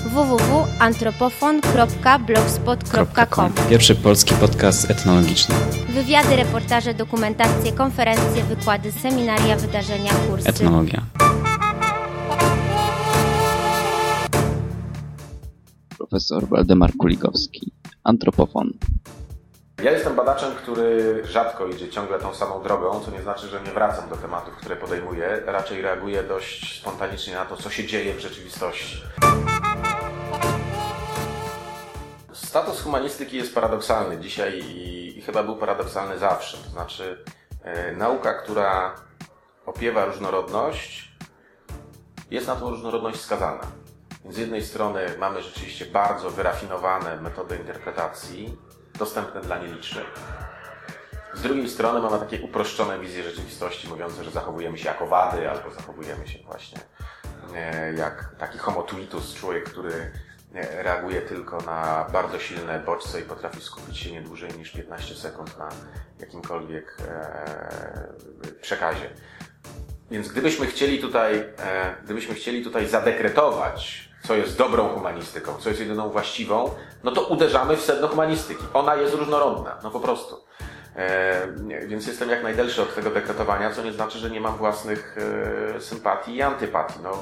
www.antropofon.blogspot.com. Pierwszy polski podcast etnologiczny. Wywiady, reportaże, dokumentacje, konferencje, wykłady, seminaria, wydarzenia, kursy. Etnologia. Profesor Waldemar Kuligowski. Antropofon. Ja jestem badaczem, który rzadko idzie ciągle tą samą drogą, co nie znaczy, że nie wracam do tematów, które podejmuję. Raczej reaguję dość spontanicznie na to, co się dzieje w rzeczywistości. Status humanistyki jest paradoksalny dzisiaj i chyba był paradoksalny zawsze. To znaczy nauka, która opiewa różnorodność, jest na tą różnorodność skazana. Więc z jednej strony mamy rzeczywiście bardzo wyrafinowane metody interpretacji, dostępne dla nielicznych. Z drugiej strony mamy takie uproszczone wizje rzeczywistości, mówiące, że zachowujemy się jako wady, albo zachowujemy się właśnie jak taki homo tuitus, człowiek, który reaguje tylko na bardzo silne bodźce i potrafi skupić się nie dłużej niż 15 sekund na jakimkolwiek przekazie. Więc gdybyśmy chcieli tutaj zadekretować, co jest dobrą humanistyką, co jest jedyną właściwą, no to uderzamy w sedno humanistyki. Ona jest różnorodna, no po prostu. Więc jestem jak najdalszy od tego dekretowania, co nie znaczy, że nie mam własnych sympatii i antypatii. No,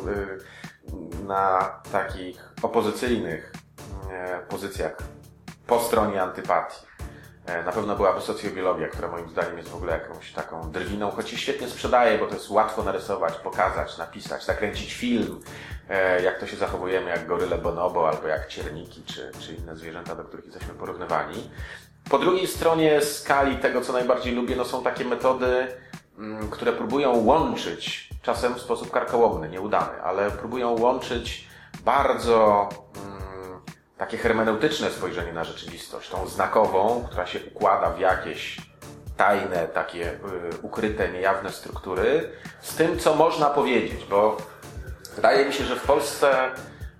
na takich opozycyjnych pozycjach po stronie antypatii na pewno byłaby socjobiologia, która moim zdaniem jest w ogóle jakąś taką drwiną, choć się świetnie sprzedaje, bo to jest łatwo narysować, pokazać, napisać, nakręcić film, jak to się zachowujemy, jak goryle bonobo, albo jak cierniki, czy inne zwierzęta, do których jesteśmy porównywani. Po drugiej stronie skali tego, co najbardziej lubię, no są takie metody, które próbują łączyć, czasem w sposób karkołomny, nieudany, ale próbują łączyć bardzo takie hermeneutyczne spojrzenie na rzeczywistość, tą znakową, która się układa w jakieś tajne, takie ukryte, niejawne struktury, z tym, co można powiedzieć, bo wydaje mi się, że w Polsce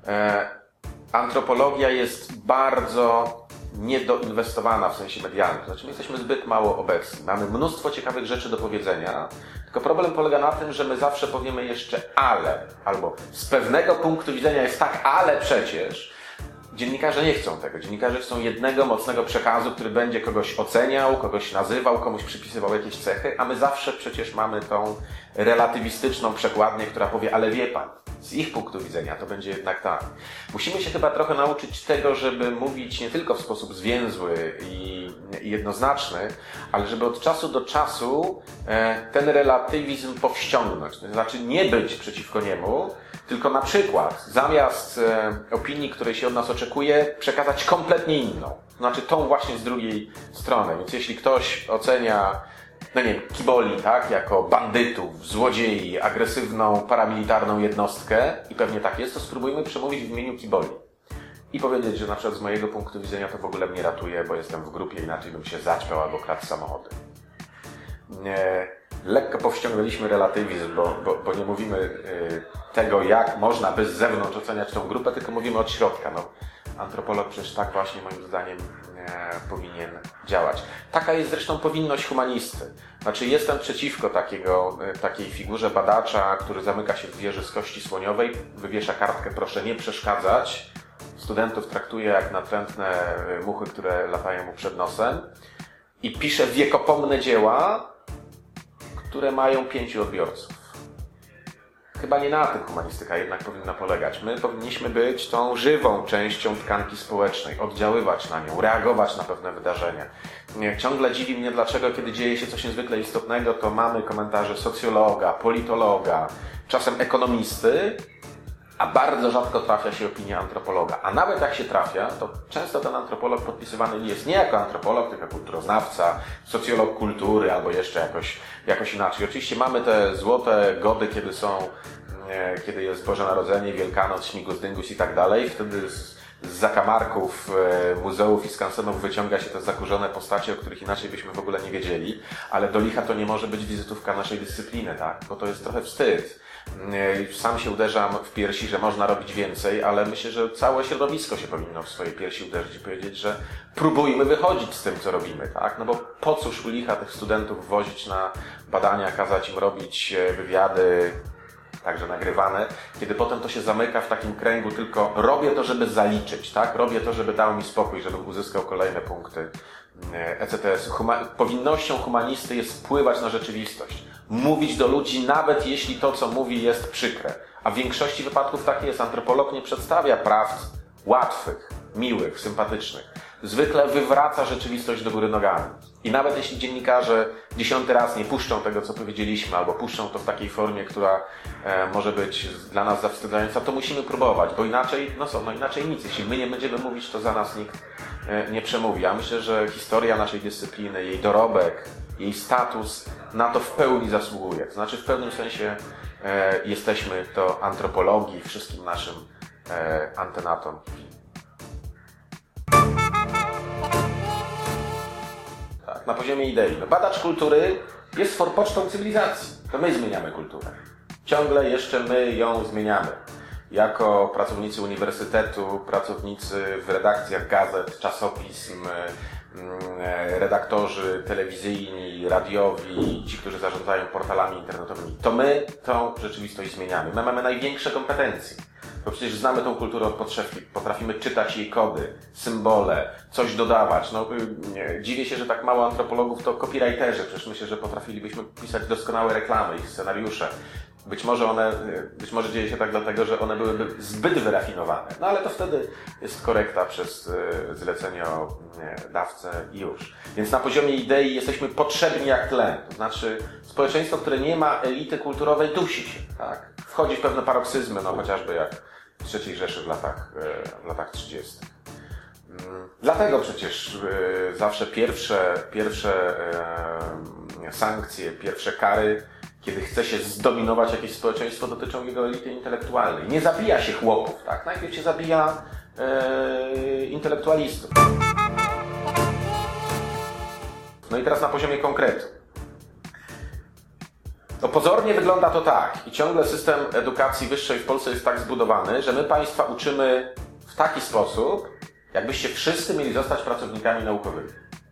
antropologia jest bardzo niedoinwestowana w sensie medialnym. To znaczy, my jesteśmy zbyt mało obecni. Mamy mnóstwo ciekawych rzeczy do powiedzenia, tylko problem polega na tym, że my zawsze powiemy jeszcze ale, albo z pewnego punktu widzenia jest tak, ale przecież. Dziennikarze nie chcą tego. Dziennikarze chcą jednego mocnego przekazu, który będzie kogoś oceniał, kogoś nazywał, komuś przypisywał jakieś cechy, a my zawsze przecież mamy tą relatywistyczną przekładnię, która powie, ale wie pan, z ich punktu widzenia to będzie jednak tak. Musimy się chyba trochę nauczyć tego, żeby mówić nie tylko w sposób zwięzły i jednoznaczny, ale żeby od czasu do czasu ten relatywizm powściągnąć. To znaczy nie być przeciwko niemu, tylko na przykład zamiast opinii, której się od nas oczekuje, przekazać kompletnie inną. Znaczy tą właśnie z drugiej strony. Więc jeśli ktoś ocenia, no nie wiem, kiboli, tak, jako bandytów, złodziei, agresywną, paramilitarną jednostkę, i pewnie tak jest, to spróbujmy przemówić w imieniu kiboli. I powiedzieć, że na przykład z mojego punktu widzenia to w ogóle mnie ratuje, bo jestem w grupie, inaczej bym się zaćpał albo kradł samochody. Lekko powściągnęliśmy relatywizm, bo nie mówimy tego, jak można by z zewnątrz oceniać tą grupę, tylko mówimy od środka. No, antropolog przecież tak właśnie moim zdaniem powinien działać. Taka jest zresztą powinność humanisty. Znaczy jestem przeciwko takiej figurze badacza, który zamyka się w wieży z kości słoniowej, wywiesza kartkę, proszę nie przeszkadzać. Studentów traktuje jak natrętne muchy, które latają mu przed nosem i pisze wiekopomne dzieła, które mają 5 odbiorców. Chyba nie na tym humanistyka jednak powinna polegać. My powinniśmy być tą żywą częścią tkanki społecznej, oddziaływać na nią, reagować na pewne wydarzenia. Ciągle dziwi mnie, dlaczego kiedy dzieje się coś niezwykle istotnego, to mamy komentarze socjologa, politologa, czasem ekonomisty, a bardzo rzadko trafia się opinia antropologa. A nawet jak się trafia, to często ten antropolog podpisywany jest nie jako antropolog, tylko jako kulturoznawca, socjolog kultury albo jeszcze jakoś inaczej. Oczywiście mamy te złote gody, kiedy jest Boże Narodzenie, Wielkanoc, Śmigus, Dyngus i tak dalej. Wtedy z zakamarków muzeów i skansenów wyciąga się te zakurzone postacie, o których inaczej byśmy w ogóle nie wiedzieli, ale do licha to nie może być wizytówka naszej dyscypliny, tak? Bo to jest trochę wstyd. Sam się uderzam w piersi, że można robić więcej, ale myślę, że całe środowisko się powinno w swoje piersi uderzyć i powiedzieć, że próbujmy wychodzić z tym, co robimy, tak? No bo po cóż u licha tych studentów wozić na badania, kazać im robić wywiady, także nagrywane, kiedy potem to się zamyka w takim kręgu, tylko robię to, żeby zaliczyć, tak? Robię to, żeby dał mi spokój, żebym uzyskał kolejne punkty ECTS. Powinnością humanisty jest wpływać na rzeczywistość. Mówić do ludzi, nawet jeśli to, co mówi, jest przykre. A w większości wypadków tak jest. Antropolog nie przedstawia prawd łatwych, miłych, sympatycznych. Zwykle wywraca rzeczywistość do góry nogami. I nawet jeśli dziennikarze 10. raz nie puszczą tego, co powiedzieliśmy, albo puszczą to w takiej formie, która może być dla nas zawstydzająca, to musimy próbować, bo inaczej, inaczej nic. Jeśli my nie będziemy mówić, to za nas nikt nie przemówi. Ja myślę, że historia naszej dyscypliny, jej dorobek, jej status na to w pełni zasługuje. To znaczy w pewnym sensie jesteśmy to antropologii, wszystkim naszym antenatom. Tak, na poziomie idei. Badacz kultury jest forpocztą cywilizacji. To my zmieniamy kulturę. Ciągle jeszcze my ją zmieniamy. Jako pracownicy uniwersytetu, pracownicy w redakcjach gazet, czasopism, redaktorzy telewizyjni, radiowi, ci, którzy zarządzają portalami internetowymi. To my tą rzeczywistość zmieniamy. My mamy największe kompetencje. Bo przecież znamy tą kulturę od podszewki. Potrafimy czytać jej kody, symbole, coś dodawać. Dziwię się, że tak mało antropologów to copywriterzy. Przecież myślę, że potrafilibyśmy pisać doskonałe reklamy, ich scenariusze. Być może dzieje się tak dlatego, że one byłyby zbyt wyrafinowane. No ale to wtedy jest korekta przez zleceniodawcę i już. Więc na poziomie idei jesteśmy potrzebni jak tlen. To znaczy społeczeństwo, które nie ma elity kulturowej, dusi się. Tak? Wchodzi w pewne paroksyzmy, chociażby jak w III Rzeszy w latach 30. Dlatego przecież zawsze pierwsze sankcje, pierwsze kary, kiedy chce się zdominować jakieś społeczeństwo, dotyczą jego elity intelektualnej. Nie zabija się chłopów, tak? Najpierw się zabija intelektualistów. No i teraz na poziomie konkretu. Pozornie wygląda to tak i ciągle system edukacji wyższej w Polsce jest tak zbudowany, że my Państwa uczymy w taki sposób, jakbyście wszyscy mieli zostać pracownikami naukowymi.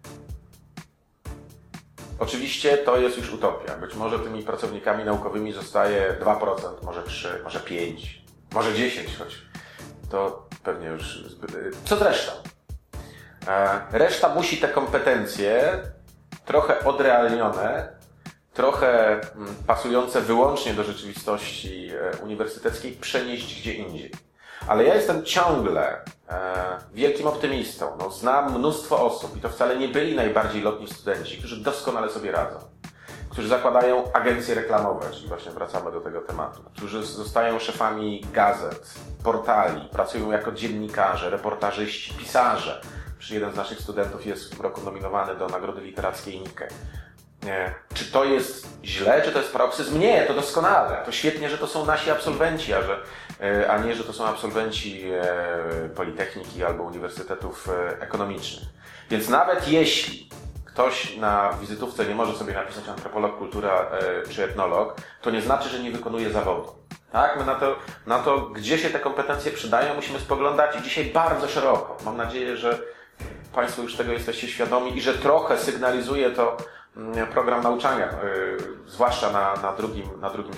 Oczywiście to jest już utopia. Być może tymi pracownikami naukowymi zostaje 2%, może 3%, może 5%, może 10%, choć to pewnie już zbyt... Co z resztą? Reszta musi te kompetencje trochę odrealnione, trochę pasujące wyłącznie do rzeczywistości uniwersyteckiej przenieść gdzie indziej. Ale ja jestem ciągle wielkim optymistą. Znam mnóstwo osób i to wcale nie byli najbardziej lotni studenci, którzy doskonale sobie radzą. Którzy zakładają agencje reklamowe, czyli właśnie wracamy do tego tematu. Którzy zostają szefami gazet, portali, pracują jako dziennikarze, reportażyści, pisarze. Przecież jeden z naszych studentów jest w tym roku nominowany do Nagrody Literackiej Nike. Czy to jest źle, czy to jest paroksyzm? Nie, to doskonale. To świetnie, że to są nasi absolwenci, a nie, że to są absolwenci Politechniki albo uniwersytetów ekonomicznych. Więc nawet jeśli ktoś na wizytówce nie może sobie napisać antropolog, kultura czy etnolog, to nie znaczy, że nie wykonuje zawodu. Tak? My na to, gdzie się te kompetencje przydają, musimy spoglądać dzisiaj bardzo szeroko. Mam nadzieję, że Państwo już tego jesteście świadomi i że trochę sygnalizuje to program nauczania, zwłaszcza na drugim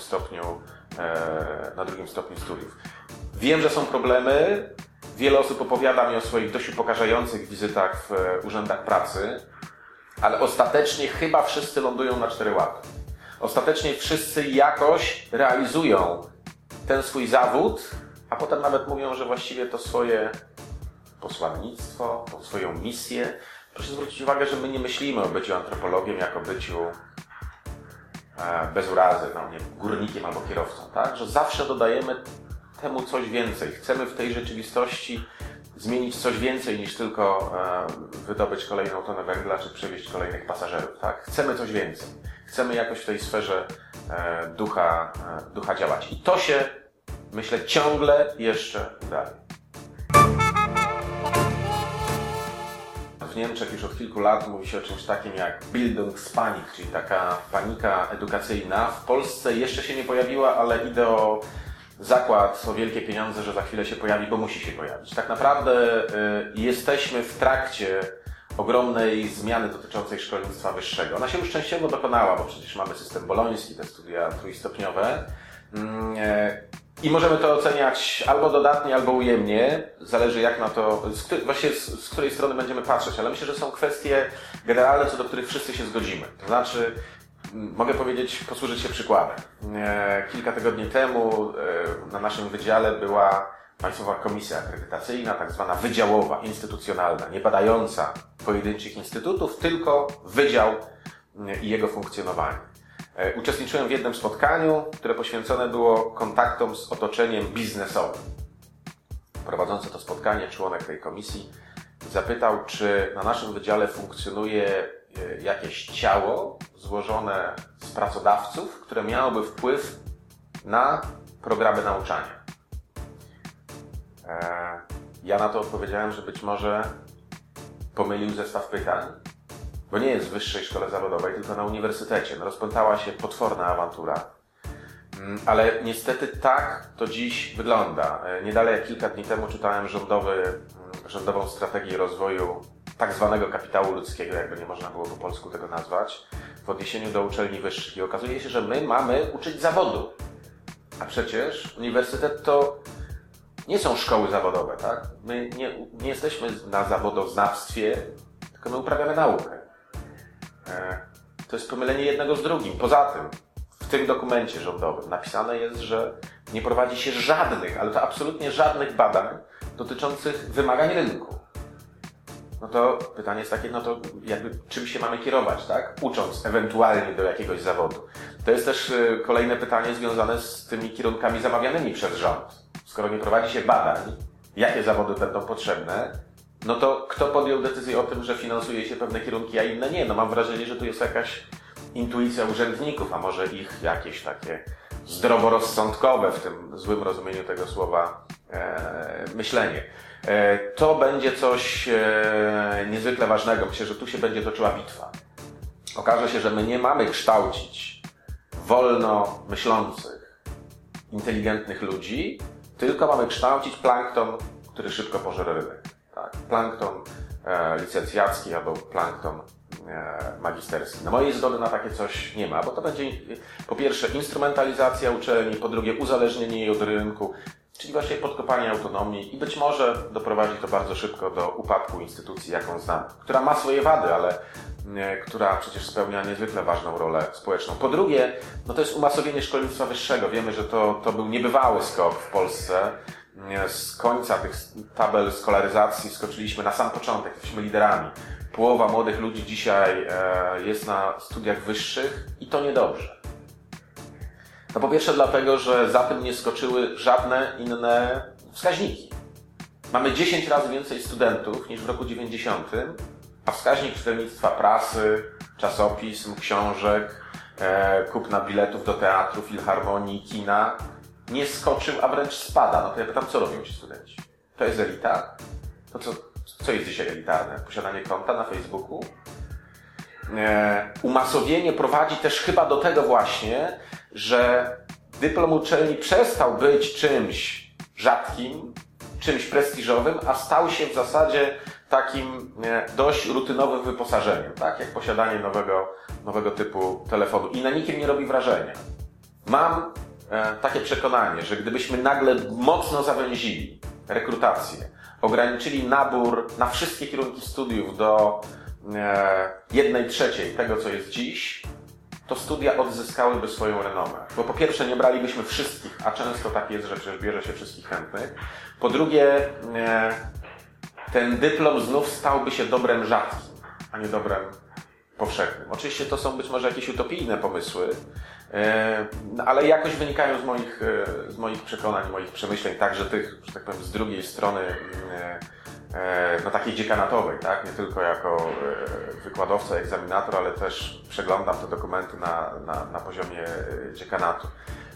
stopniu studiów. Wiem, że są problemy. Wiele osób opowiada mi o swoich dość upokarzających wizytach w urzędach pracy, ale ostatecznie chyba wszyscy lądują na 4 łapy. Ostatecznie wszyscy jakoś realizują ten swój zawód, a potem nawet mówią, że właściwie to swoje posłannictwo, tą swoją misję. Proszę zwrócić uwagę, że my nie myślimy o byciu antropologiem jako byciu bez urazy, górnikiem albo kierowcą, tak? Że zawsze dodajemy temu coś więcej. Chcemy w tej rzeczywistości zmienić coś więcej niż tylko wydobyć kolejną tonę węgla czy przewieźć kolejnych pasażerów, tak? Chcemy coś więcej. Chcemy jakoś w tej sferze ducha działać. I to się, myślę, ciągle jeszcze udaje. W Niemczech już od kilku lat mówi się o czymś takim jak Bildungspanik, czyli taka panika edukacyjna. W Polsce jeszcze się nie pojawiła, ale idę o zakład, o wielkie pieniądze, że za chwilę się pojawi, bo musi się pojawić. Tak naprawdę jesteśmy w trakcie ogromnej zmiany dotyczącej szkolnictwa wyższego. Ona się już częściowo dokonała, bo przecież mamy system boloński, te studia trójstopniowe. I możemy to oceniać albo dodatnie, albo ujemnie. Zależy jak na to, z której strony będziemy patrzeć. Ale myślę, że są kwestie generalne, co do których wszyscy się zgodzimy. To znaczy, mogę powiedzieć, posłużyć się przykładem. Kilka tygodni temu na naszym wydziale była Państwowa Komisja Akredytacyjna, tak zwana wydziałowa, instytucjonalna, nie badająca pojedynczych instytutów, tylko wydział i jego funkcjonowanie. Uczestniczyłem w jednym spotkaniu, które poświęcone było kontaktom z otoczeniem biznesowym. Prowadzący to spotkanie, członek tej komisji, zapytał, czy na naszym wydziale funkcjonuje jakieś ciało złożone z pracodawców, które miałoby wpływ na programy nauczania. Ja na to odpowiedziałem, że być może pomylił zestaw pytań, bo nie jest w wyższej szkole zawodowej, tylko na uniwersytecie. Rozpętała się potworna awantura, ale niestety tak to dziś wygląda. Nie dalej jak kilka dni temu czytałem rządową strategię rozwoju tak zwanego kapitału ludzkiego, jakby nie można było po polsku tego nazwać, w odniesieniu do uczelni wyższych. I okazuje się, że my mamy uczyć zawodu, a przecież uniwersytet to nie są szkoły zawodowe, tak? My nie jesteśmy na zawodoznawstwie, tylko my uprawiamy naukę. To jest pomylenie jednego z drugim. Poza tym, w tym dokumencie rządowym napisane jest, że nie prowadzi się żadnych, ale to absolutnie żadnych badań dotyczących wymagań rynku. No to pytanie jest takie, no to jakby czym się mamy kierować, tak? Ucząc ewentualnie do jakiegoś zawodu. To jest też kolejne pytanie związane z tymi kierunkami zamawianymi przez rząd. Skoro nie prowadzi się badań, jakie zawody będą potrzebne, no to kto podjął decyzję o tym, że finansuje się pewne kierunki, a inne nie? No mam wrażenie, że tu jest jakaś intuicja urzędników, a może ich jakieś takie zdroworozsądkowe, w tym złym rozumieniu tego słowa, myślenie. To będzie coś niezwykle ważnego. Myślę, że tu się będzie toczyła bitwa. Okaże się, że my nie mamy kształcić wolno myślących, inteligentnych ludzi, tylko mamy kształcić plankton, który szybko pożre rynek. Tak? Plankton licencjacki albo plankton magisterski. No mojej zgody na takie coś nie ma, bo to będzie po pierwsze instrumentalizacja uczelni, po drugie uzależnienie jej od rynku, czyli właśnie podkopanie autonomii i być może doprowadzi to bardzo szybko do upadku instytucji, jaką znamy, która ma swoje wady, ale która przecież spełnia niezwykle ważną rolę społeczną. Po drugie, no to jest umasowienie szkolnictwa wyższego. Wiemy, że to był niebywały skok w Polsce. Z końca tych tabel skolaryzacji skoczyliśmy na sam początek, jesteśmy liderami. Połowa młodych ludzi dzisiaj jest na studiach wyższych i to niedobrze. No po pierwsze dlatego, że za tym nie skoczyły żadne inne wskaźniki. Mamy 10 razy więcej studentów niż w roku 90, a wskaźnik czytelnictwa prasy, czasopism, książek, kupna biletów do teatru, filharmonii, kina nie skoczył, a wręcz spada. No to ja pytam, co robią ci studenci? To jest elita? To co jest dzisiaj elitarne? Posiadanie konta na Facebooku? Umasowienie prowadzi też chyba do tego właśnie, że dyplom uczelni przestał być czymś rzadkim, czymś prestiżowym, a stał się w zasadzie takim dość rutynowym wyposażeniem, tak? Jak posiadanie nowego typu telefonu i na nikim nie robi wrażenia. Mam takie przekonanie, że gdybyśmy nagle mocno zawęzili rekrutację, ograniczyli nabór na wszystkie kierunki studiów do 1/3 tego, co jest dziś, to studia odzyskałyby swoją renomę. Bo po pierwsze nie bralibyśmy wszystkich, a często tak jest, że przecież bierze się wszystkich chętnych. Po drugie, ten dyplom znów stałby się dobrem rzadkim, a nie dobrem powszechnym. Oczywiście to są być może jakieś utopijne pomysły, ale jakoś wynikają z moich przekonań, moich przemyśleń, także tych, że tak powiem, z drugiej strony no takiej dziekanatowej, tak? Nie tylko jako wykładowca, egzaminator, ale też przeglądam te dokumenty na poziomie dziekanatu.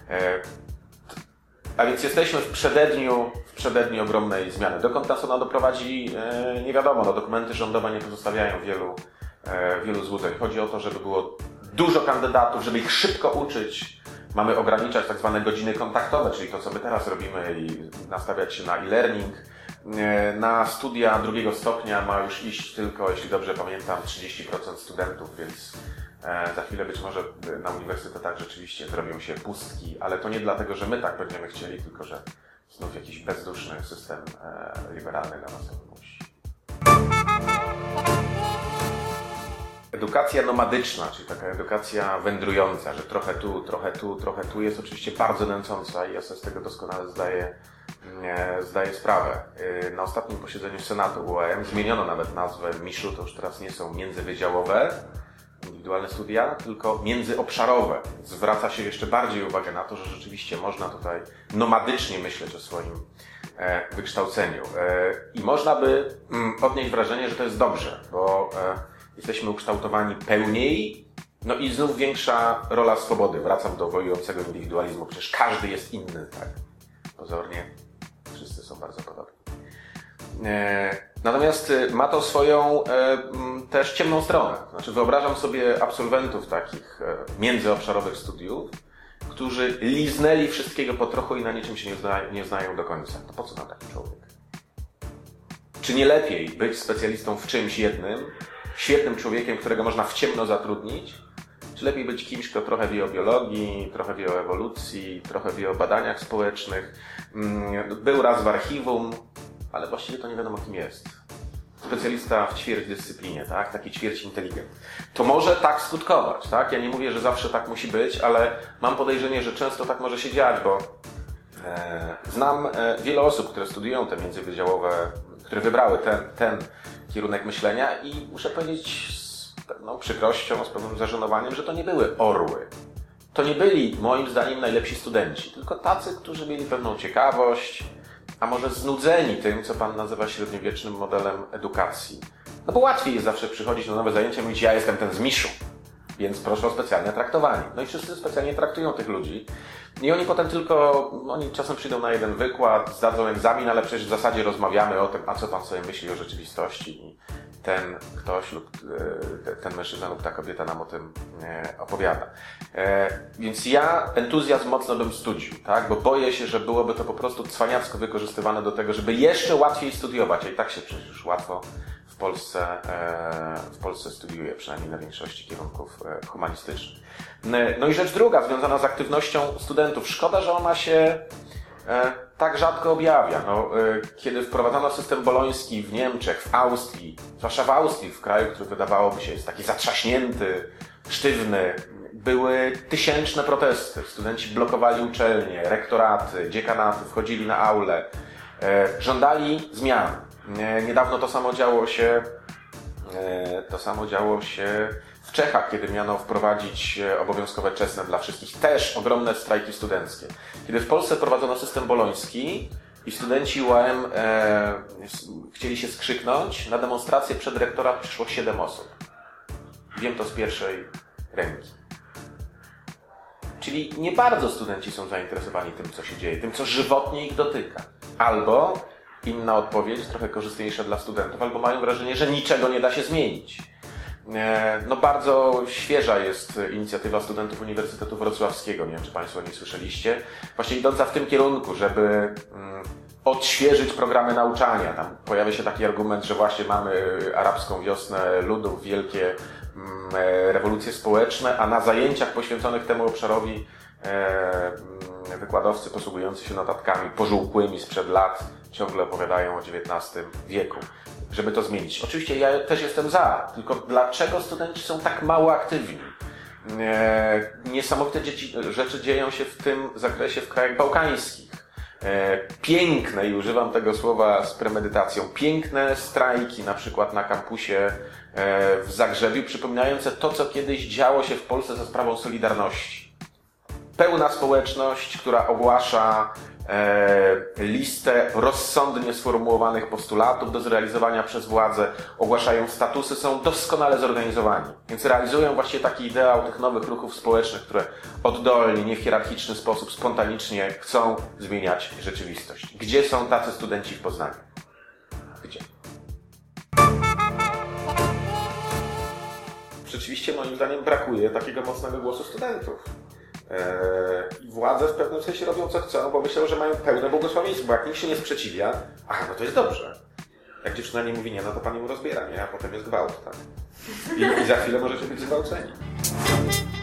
A więc jesteśmy w przededniu ogromnej zmiany. Dokąd nas ona doprowadzi, nie wiadomo. No, dokumenty rządowe nie pozostawiają wielu złudzeń. Chodzi o to, żeby było dużo kandydatów, żeby ich szybko uczyć. Mamy ograniczać tak zwane godziny kontaktowe, czyli to, co my teraz robimy i nastawiać się na e-learning, Na studia drugiego stopnia ma już iść tylko, jeśli dobrze pamiętam, 30% studentów, więc za chwilę być może na uniwersytetach rzeczywiście zrobią się pustki, ale to nie dlatego, że my tak będziemy chcieli, tylko że znów jakiś bezduszny system liberalny na nas musi. Edukacja nomadyczna, czyli taka edukacja wędrująca, że trochę tu jest oczywiście bardzo nęcąca i ja sobie z tego doskonale zdaję sprawę. Na ostatnim posiedzeniu Senatu UAM zmieniono nawet nazwę MISZ-u, to już teraz nie są międzywydziałowe, indywidualne studia, tylko międzyobszarowe. Zwraca się jeszcze bardziej uwagę na to, że rzeczywiście można tutaj nomadycznie myśleć o swoim wykształceniu. I można by odnieść wrażenie, że to jest dobrze, bo jesteśmy ukształtowani pełniej, no i znów większa rola swobody. Wracam do wojującego indywidualizmu, przecież każdy jest inny, tak? Pozornie wszyscy są bardzo podobni. Natomiast ma to swoją też ciemną stronę. Znaczy wyobrażam sobie absolwentów takich międzyobszarowych studiów, którzy liznęli wszystkiego po trochu i na niczym się nie znają do końca. To po co nam taki człowiek? Czy nie lepiej być specjalistą w czymś jednym, świetnym człowiekiem, którego można w ciemno zatrudnić? Czy lepiej być kimś, kto trochę wie o biologii, trochę wie o ewolucji, trochę wie o badaniach społecznych, był raz w archiwum, ale właściwie to nie wiadomo kim jest. Specjalista w ćwierć dyscyplinie, tak? Taki ćwierć inteligent. To może tak skutkować, tak? Ja nie mówię, że zawsze tak musi być, ale mam podejrzenie, że często tak może się dziać, bo znam wiele osób, które studiują te międzywydziałowe, które wybrały ten kierunek myślenia i muszę powiedzieć z pewną przykrością, z pewnym zażenowaniem, że to nie były orły. To nie byli, moim zdaniem, najlepsi studenci, tylko tacy, którzy mieli pewną ciekawość, a może znudzeni tym, co pan nazywa średniowiecznym modelem edukacji. No bo łatwiej jest zawsze przychodzić na nowe zajęcia i mówić, ja jestem ten z MISZ-u, więc proszę o specjalne traktowanie. No i wszyscy specjalnie traktują tych ludzi. I oni potem oni czasem przyjdą na jeden wykład, zdadzą egzamin, ale przecież w zasadzie rozmawiamy o tym, a co pan sobie myśli o rzeczywistości. I ten ktoś lub ten mężczyzna lub ta kobieta nam o tym opowiada. Więc ja entuzjazm mocno bym studził, tak? Bo boję się, że byłoby to po prostu cwaniacko wykorzystywane do tego, żeby jeszcze łatwiej studiować, a i tak się przecież już łatwo w Polsce studiuje, przynajmniej na większości kierunków humanistycznych. No i rzecz druga, związana z aktywnością studentów. Szkoda, że ona się tak rzadko objawia. Kiedy wprowadzano system boloński w Niemczech, w Austrii, zwłaszcza w Austrii, w kraju, który wydawałoby się jest taki zatrzaśnięty, sztywny, były tysięczne protesty. Studenci blokowali uczelnie, rektoraty, dziekanaty, wchodzili na aule, żądali zmian. Niedawno to samo działo się w Czechach, kiedy miano wprowadzić obowiązkowe czesne dla wszystkich. Też ogromne strajki studenckie. Kiedy w Polsce wprowadzono system boloński i studenci UAM chcieli się skrzyknąć, na demonstrację przed rektorat przyszło 7 osób. Wiem to z pierwszej ręki. Czyli nie bardzo studenci są zainteresowani tym, co się dzieje, tym, co żywotnie ich dotyka. Albo inna odpowiedź, trochę korzystniejsza dla studentów, albo mają wrażenie, że niczego nie da się zmienić. Bardzo świeża jest inicjatywa studentów Uniwersytetu Wrocławskiego, nie wiem, czy Państwo o niej słyszeliście, właśnie idąca w tym kierunku, żeby odświeżyć programy nauczania. Tam pojawia się taki argument, że właśnie mamy arabską wiosnę ludów, wielkie rewolucje społeczne, a na zajęciach poświęconych temu obszarowi wykładowcy posługujący się notatkami pożółkłymi sprzed lat ciągle opowiadają o XIX wieku, żeby to zmienić. Oczywiście ja też jestem za, tylko dlaczego studenci są tak mało aktywni? Niesamowite rzeczy dzieją się w tym zakresie w krajach bałkańskich. Piękne, i używam tego słowa z premedytacją, piękne strajki na przykład na kampusie w Zagrzebiu, przypominające to, co kiedyś działo się w Polsce za sprawą Solidarności. Pełna społeczność, która ogłasza listę rozsądnie sformułowanych postulatów do zrealizowania przez władze, ogłaszają statusy, są doskonale zorganizowani. Więc realizują właśnie taki ideał tych nowych ruchów społecznych, które oddolnie, nie w hierarchiczny sposób, spontanicznie chcą zmieniać rzeczywistość. Gdzie są tacy studenci w Poznaniu? Gdzie? Rzeczywiście moim zdaniem brakuje takiego mocnego głosu studentów. władze w pewnym sensie robią co chcą, bo myślą, że mają pełne błogosławieństwo, bo jak nikt się nie sprzeciwia, no to jest dobrze. Jak dziewczyna nie mówi nie, no to pan ją rozbiera, nie? A potem jest gwałt, tak? I za chwilę możecie być zgwałceni.